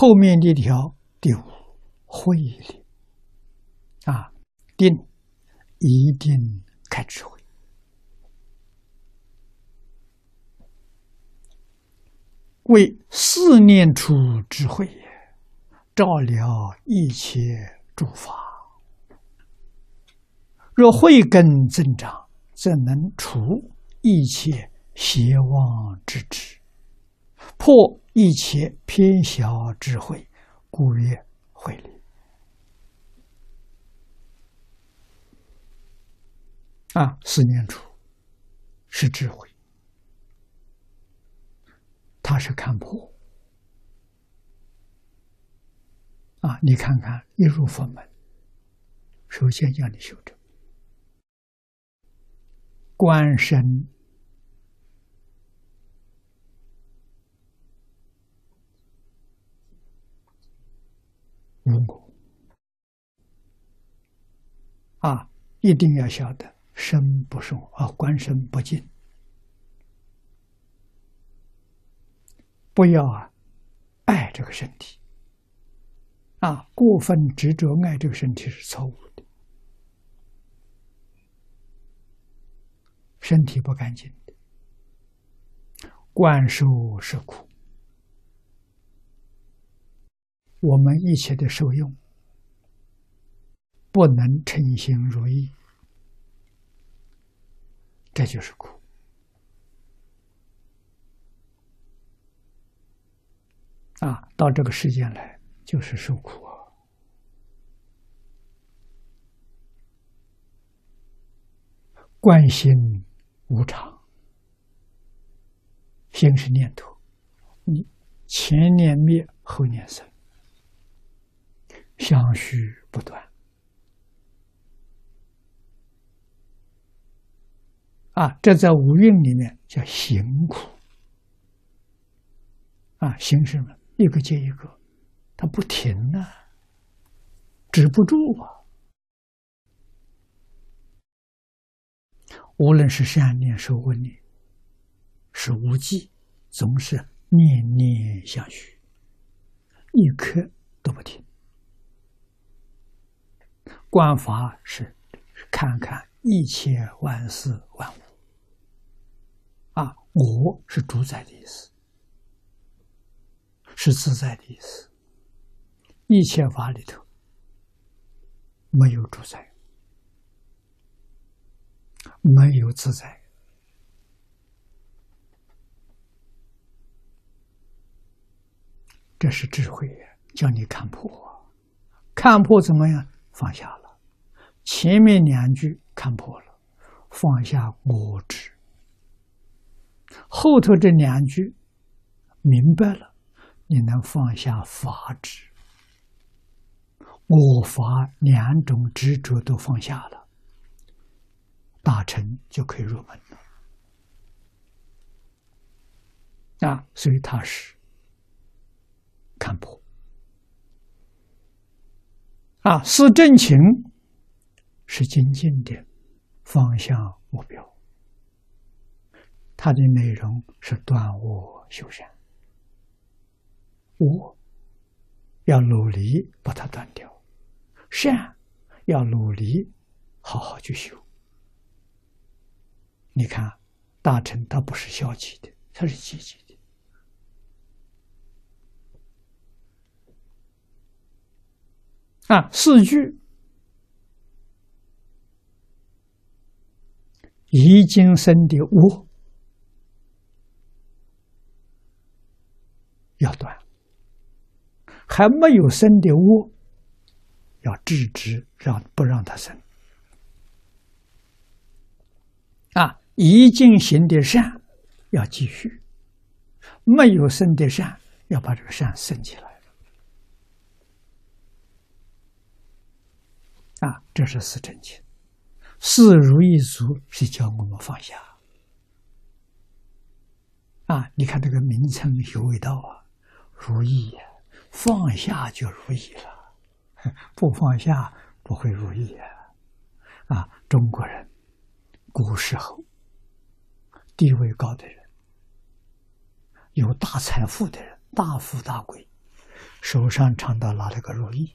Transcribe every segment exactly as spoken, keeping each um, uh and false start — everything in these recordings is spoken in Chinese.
后面的一条第五，慧力啊，定一定开智慧。为四念处智慧也，照了一切诸法。若慧根增长，则能除一切邪妄之执，破一切偏小智慧，故曰慧力。啊，四念处是智慧，它是看破。啊，你看看一入佛门，首先要你修正观身无我。啊，一定要晓得身不是我，啊，观身不净，不要啊爱这个身体，啊，过分执着爱这个身体是错误的。身体不干净的，观受是苦。我们一切的受用不能称心如意，这就是苦。啊，到这个世间来就是受苦啊。观心无常，心是念头，你前念灭，后念生，相续不断。啊，这在五蕴里面叫行苦。啊，行是什么？一个接一个，它不停啊，止不住啊。无论是善念是恶念，是无记，总是念念相续，一刻都不停。观法是看看一切万事万物。啊，我是主宰的意思，是自在的意思。一切法里头没有主宰，没有自在。这是智慧，叫你看破。看破怎么样？放下了。前面两句看破了，放下我执。后头这两句明白了，你能放下法执。我法两种执着都放下了，大乘就可以入门了。啊，所以他是看破。啊，思正情是精进的方向目标。它的内容是断恶修善，恶要努力把它断掉，善要努力好好去修。你看大乘它不是消极的，它是积极的。啊，四句已经生的恶要断，还没有生的恶要制止，让不让它生。啊，已经行的善要继续，没有生的善要把这个善生起来。啊，这是四正勤。四如意足是教我们放下。啊，你看这个名称有味道啊，如意呀，放下就如意了，不放下不会如意啊。啊，中国人古时候地位高的人，有大财富的人，大富大贵， 手上常常拿了个如意。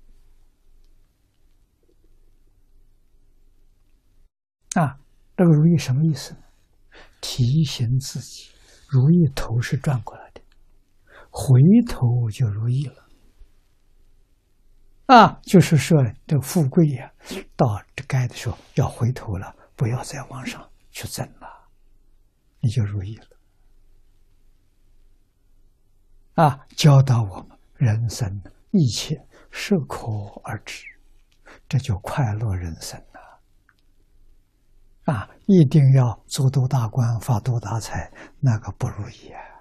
啊，这个如意什么意思呢？提醒自己，如意头是转过来的，回头就如意了。啊，就是说这富贵呀、啊，到这该的时候要回头了，不要再往上去增了，你就如意了。啊，教导我们人生一切适可而止，这就快乐人生了。啊，一定要做多大官，发多大财，那个不如意啊！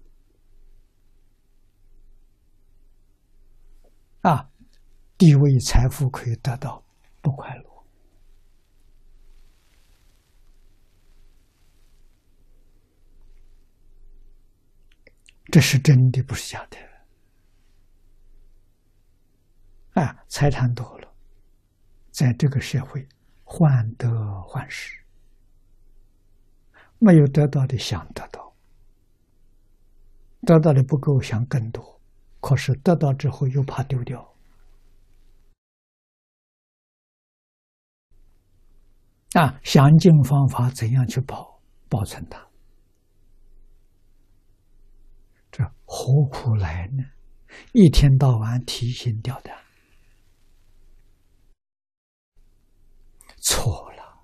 啊，地位财富可以得到，不快乐。这是真的，不是假的。啊，财产多了，在这个社会患得患失，没有得到的想得到，得到的不够想更多，可是得到之后又怕丢掉。啊，想尽方法怎样去保保存它，这何苦来呢？一天到晚提心吊胆，错了。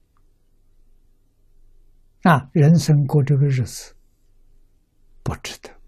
啊，人生过这个日子不值得。